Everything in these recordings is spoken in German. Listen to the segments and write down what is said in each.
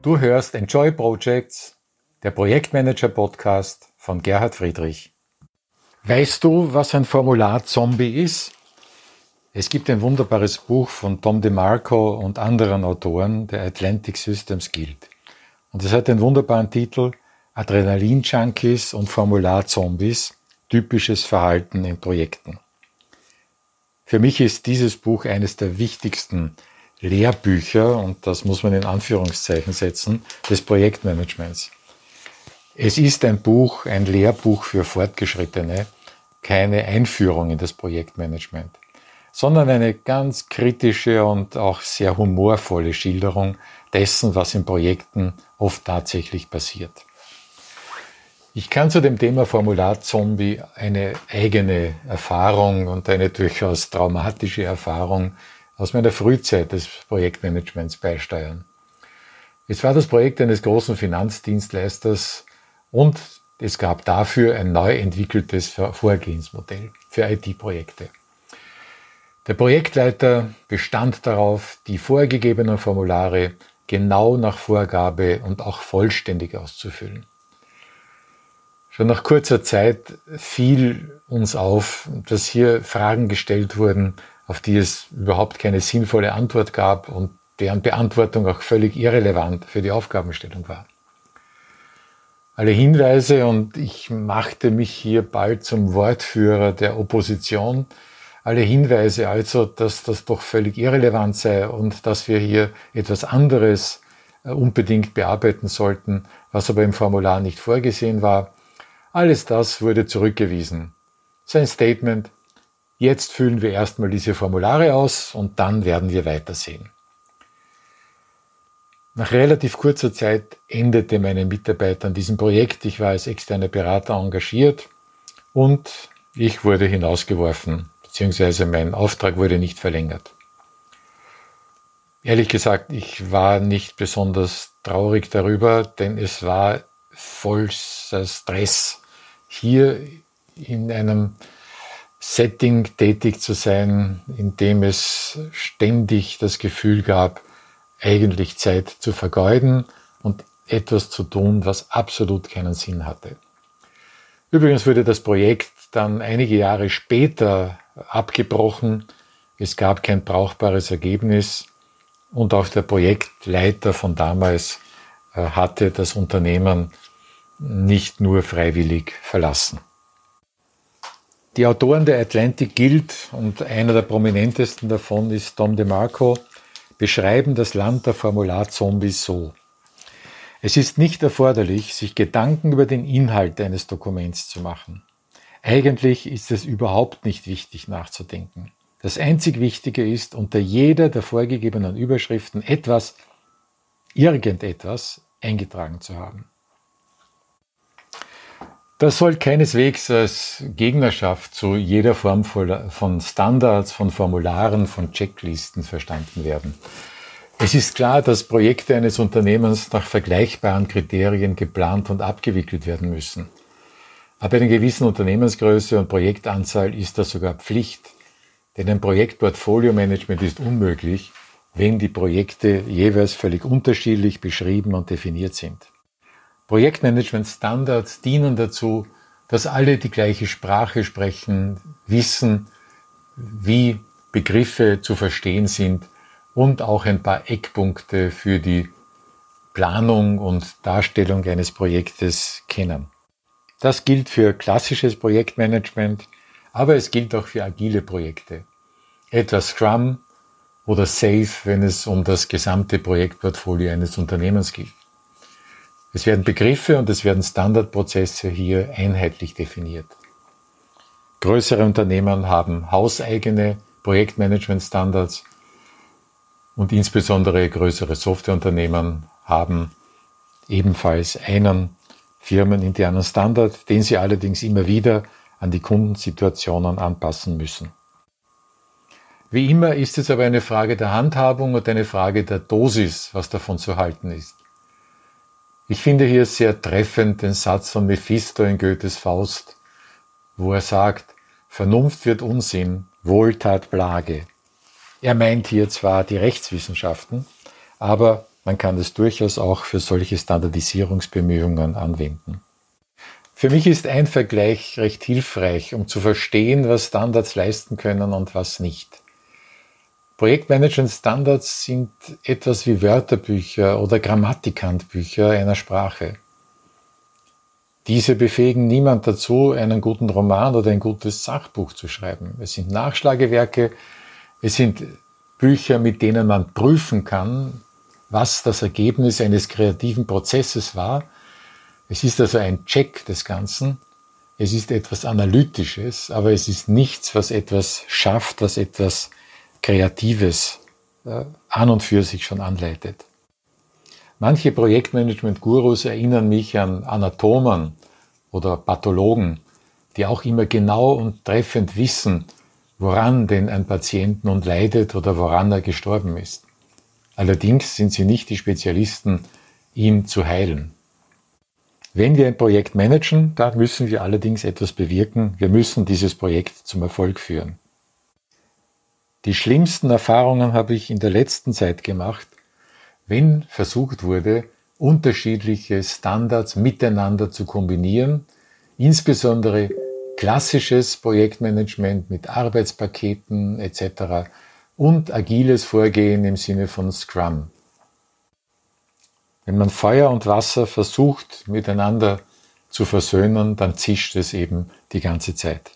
Du hörst Enjoy Projects, der Projektmanager-Podcast von Gerhard Friedrich. Weißt du, was ein Formular-Zombie ist? Es gibt ein wunderbares Buch von Tom DeMarco und anderen Autoren, der Atlantic Systems Guild. Und es hat den wunderbaren Titel Adrenalin-Junkies und Formular-Zombies, typisches Verhalten in Projekten. Für mich ist dieses Buch eines der wichtigsten Lehrbücher, und das muss man in Anführungszeichen setzen, des Projektmanagements. Es ist ein Buch, ein Lehrbuch für Fortgeschrittene, keine Einführung in das Projektmanagement, sondern eine ganz kritische und auch sehr humorvolle Schilderung dessen, was in Projekten oft tatsächlich passiert. Ich kann zu dem Thema Formular-Zombie eine eigene Erfahrung und eine durchaus traumatische Erfahrung aus meiner Frühzeit des Projektmanagements beisteuern. Es war das Projekt eines großen Finanzdienstleisters und es gab dafür ein neu entwickeltes Vorgehensmodell für IT-Projekte. Der Projektleiter bestand darauf, die vorgegebenen Formulare genau nach Vorgabe und auch vollständig auszufüllen. Schon nach kurzer Zeit fiel uns auf, dass hier Fragen gestellt wurden, auf die es überhaupt keine sinnvolle Antwort gab und deren Beantwortung auch völlig irrelevant für die Aufgabenstellung war. Alle Hinweise, und ich machte mich hier bald zum Wortführer der Opposition, alle Hinweise also, dass das doch völlig irrelevant sei und dass wir hier etwas anderes unbedingt bearbeiten sollten, was aber im Formular nicht vorgesehen war, alles das wurde zurückgewiesen. Sein Statement: Jetzt füllen wir erstmal diese Formulare aus und dann werden wir weitersehen. Nach relativ kurzer Zeit endete meine Mitarbeit an diesem Projekt. Ich war als externer Berater engagiert und ich wurde hinausgeworfen, beziehungsweise mein Auftrag wurde nicht verlängert. Ehrlich gesagt, ich war nicht besonders traurig darüber, denn es war voller Stress, hier in einem Setting tätig zu sein, in dem es ständig das Gefühl gab, eigentlich Zeit zu vergeuden und etwas zu tun, was absolut keinen Sinn hatte. Übrigens wurde das Projekt dann einige Jahre später abgebrochen. Es gab kein brauchbares Ergebnis und auch der Projektleiter von damals hatte das Unternehmen nicht nur freiwillig verlassen. Die Autoren der Atlantic Guild, und einer der prominentesten davon ist Tom DeMarco, beschreiben das Land der Formular-Zombies so: Es ist nicht erforderlich, sich Gedanken über den Inhalt eines Dokuments zu machen. Eigentlich ist es überhaupt nicht wichtig nachzudenken. Das einzig Wichtige ist, unter jeder der vorgegebenen Überschriften irgendetwas eingetragen zu haben. Das soll keineswegs als Gegnerschaft zu jeder Form von Standards, von Formularen, von Checklisten verstanden werden. Es ist klar, dass Projekte eines Unternehmens nach vergleichbaren Kriterien geplant und abgewickelt werden müssen. Ab einer gewissen Unternehmensgröße und Projektanzahl ist das sogar Pflicht, denn ein Projektportfolio-Management ist unmöglich, wenn die Projekte jeweils völlig unterschiedlich beschrieben und definiert sind. Projektmanagement-Standards dienen dazu, dass alle die gleiche Sprache sprechen, wissen, wie Begriffe zu verstehen sind und auch ein paar Eckpunkte für die Planung und Darstellung eines Projektes kennen. Das gilt für klassisches Projektmanagement, aber es gilt auch für agile Projekte, etwa Scrum oder Safe, wenn es um das gesamte Projektportfolio eines Unternehmens geht. Es werden Begriffe und es werden Standardprozesse hier einheitlich definiert. Größere Unternehmen haben hauseigene Projektmanagement-Standards und insbesondere größere Softwareunternehmen haben ebenfalls einen firmeninternen Standard, den sie allerdings immer wieder an die Kundensituationen anpassen müssen. Wie immer ist es aber eine Frage der Handhabung und eine Frage der Dosis, was davon zu halten ist. Ich finde hier sehr treffend den Satz von Mephisto in Goethes Faust, wo er sagt: Vernunft wird Unsinn, Wohltat Plage. Er meint hier zwar die Rechtswissenschaften, aber man kann es durchaus auch für solche Standardisierungsbemühungen anwenden. Für mich ist ein Vergleich recht hilfreich, um zu verstehen, was Standards leisten können und was nicht. Projektmanagement-Standards sind etwas wie Wörterbücher oder Grammatikhandbücher einer Sprache. Diese befähigen niemand dazu, einen guten Roman oder ein gutes Sachbuch zu schreiben. Es sind Nachschlagewerke, es sind Bücher, mit denen man prüfen kann, was das Ergebnis eines kreativen Prozesses war. Es ist also ein Check des Ganzen. Es ist etwas Analytisches, aber es ist nichts, was etwas schafft, was etwas Kreatives an und für sich schon anleitet. Manche Projektmanagement-Gurus erinnern mich an Anatomen oder Pathologen, die auch immer genau und treffend wissen, woran denn ein Patient nun leidet oder woran er gestorben ist. Allerdings sind sie nicht die Spezialisten, ihn zu heilen. Wenn wir ein Projekt managen, dann müssen wir allerdings etwas bewirken. Wir müssen dieses Projekt zum Erfolg führen. Die schlimmsten Erfahrungen habe ich in der letzten Zeit gemacht, wenn versucht wurde, unterschiedliche Standards miteinander zu kombinieren, insbesondere klassisches Projektmanagement mit Arbeitspaketen etc. und agiles Vorgehen im Sinne von Scrum. Wenn man Feuer und Wasser versucht miteinander zu versöhnen, dann zischt es eben die ganze Zeit.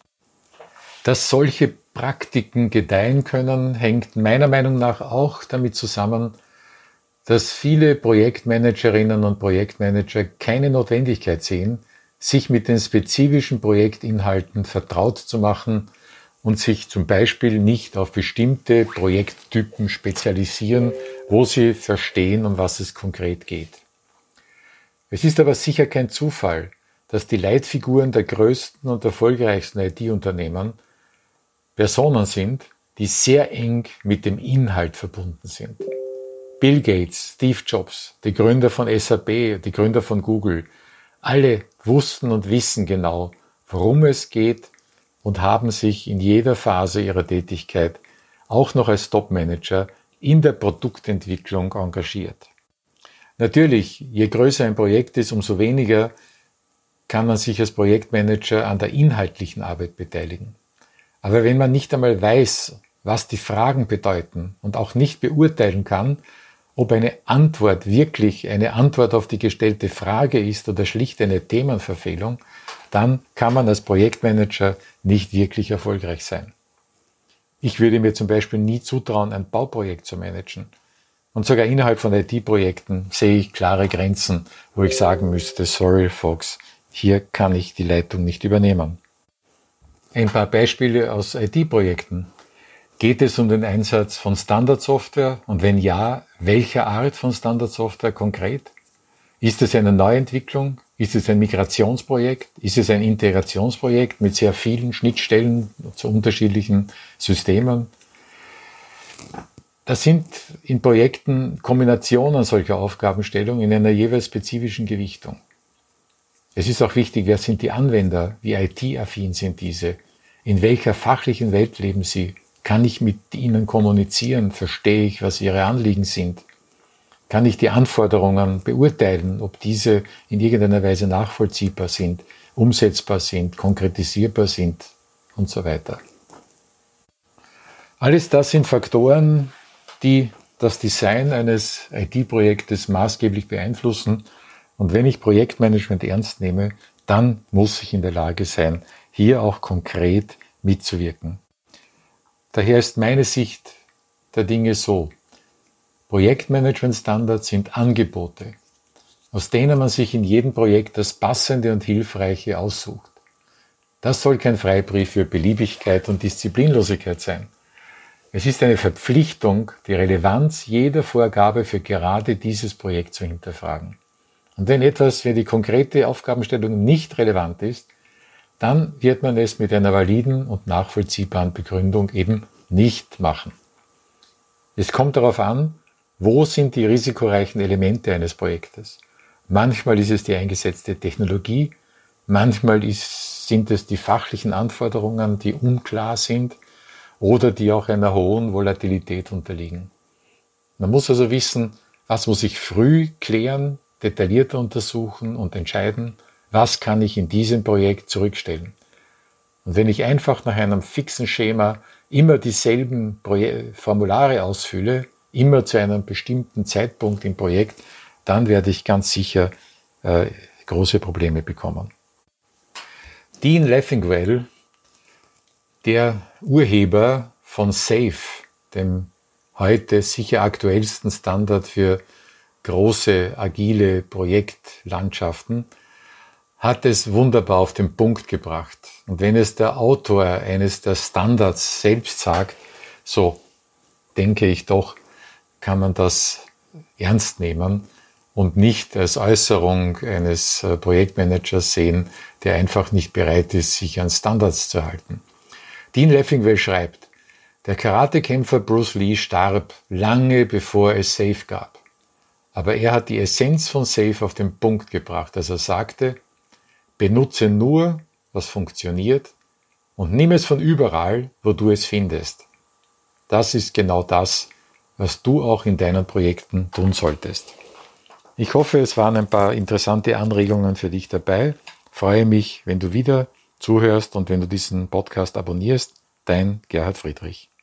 Dass solche Praktiken gedeihen können, hängt meiner Meinung nach auch damit zusammen, dass viele Projektmanagerinnen und Projektmanager keine Notwendigkeit sehen, sich mit den spezifischen Projektinhalten vertraut zu machen und sich zum Beispiel nicht auf bestimmte Projekttypen spezialisieren, wo sie verstehen, um was es konkret geht. Es ist aber sicher kein Zufall, dass die Leitfiguren der größten und erfolgreichsten IT-Unternehmen Personen sind, die sehr eng mit dem Inhalt verbunden sind. Bill Gates, Steve Jobs, die Gründer von SAP, die Gründer von Google, alle wussten und wissen genau, worum es geht und haben sich in jeder Phase ihrer Tätigkeit, auch noch als Top-Manager, in der Produktentwicklung engagiert. Natürlich, je größer ein Projekt ist, umso weniger kann man sich als Projektmanager an der inhaltlichen Arbeit beteiligen. Aber wenn man nicht einmal weiß, was die Fragen bedeuten und auch nicht beurteilen kann, ob eine Antwort wirklich eine Antwort auf die gestellte Frage ist oder schlicht eine Themenverfehlung, dann kann man als Projektmanager nicht wirklich erfolgreich sein. Ich würde mir zum Beispiel nie zutrauen, ein Bauprojekt zu managen. Und sogar innerhalb von IT-Projekten sehe ich klare Grenzen, wo ich sagen müsste, sorry folks, hier kann ich die Leitung nicht übernehmen. Ein paar Beispiele aus IT-Projekten. Geht es um den Einsatz von Standardsoftware und wenn ja, welcher Art von Standardsoftware konkret? Ist es eine Neuentwicklung? Ist es ein Migrationsprojekt? Ist es ein Integrationsprojekt mit sehr vielen Schnittstellen zu unterschiedlichen Systemen? Das sind in Projekten Kombinationen solcher Aufgabenstellungen in einer jeweils spezifischen Gewichtung. Es ist auch wichtig, wer sind die Anwender? Wie IT-affin sind diese? In welcher fachlichen Welt leben sie? Kann ich mit ihnen kommunizieren? Verstehe ich, was ihre Anliegen sind? Kann ich die Anforderungen beurteilen, ob diese in irgendeiner Weise nachvollziehbar sind, umsetzbar sind, konkretisierbar sind und so weiter. Alles das sind Faktoren, die das Design eines IT-Projektes maßgeblich beeinflussen. Und wenn ich Projektmanagement ernst nehme, dann muss ich in der Lage sein, hier auch konkret mitzuwirken. Daher ist meine Sicht der Dinge so: Projektmanagement-Standards sind Angebote, aus denen man sich in jedem Projekt das Passende und Hilfreiche aussucht. Das soll kein Freibrief für Beliebigkeit und Disziplinlosigkeit sein. Es ist eine Verpflichtung, die Relevanz jeder Vorgabe für gerade dieses Projekt zu hinterfragen. Und wenn die konkrete Aufgabenstellung nicht relevant ist, dann wird man es mit einer validen und nachvollziehbaren Begründung eben nicht machen. Es kommt darauf an, wo sind die risikoreichen Elemente eines Projektes. Manchmal ist es die eingesetzte Technologie, manchmal sind es die fachlichen Anforderungen, die unklar sind oder die auch einer hohen Volatilität unterliegen. Man muss also wissen, Was muss ich früh klären, detaillierter untersuchen und entscheiden, was kann ich in diesem Projekt zurückstellen. Und wenn ich einfach nach einem fixen Schema immer dieselben Formulare ausfülle, immer zu einem bestimmten Zeitpunkt im Projekt, dann werde ich ganz sicher große Probleme bekommen. Dean Leffingwell, der Urheber von SAFe, dem heute sicher aktuellsten Standard für große, agile Projektlandschaften, hat es wunderbar auf den Punkt gebracht. Und wenn es der Autor eines der Standards selbst sagt, so denke ich doch, kann man das ernst nehmen und nicht als Äußerung eines Projektmanagers sehen, der einfach nicht bereit ist, sich an Standards zu halten. Dean Leffingwell schreibt, der Karatekämpfer Bruce Lee starb lange bevor es SAFe gab. Aber er hat die Essenz von SAFe auf den Punkt gebracht, als er sagte, benutze nur, was funktioniert und nimm es von überall, wo du es findest. Das ist genau das, was du auch in deinen Projekten tun solltest. Ich hoffe, es waren ein paar interessante Anregungen für dich dabei. Freue mich, wenn du wieder zuhörst und wenn du diesen Podcast abonnierst. Dein Gerhard Friedrich.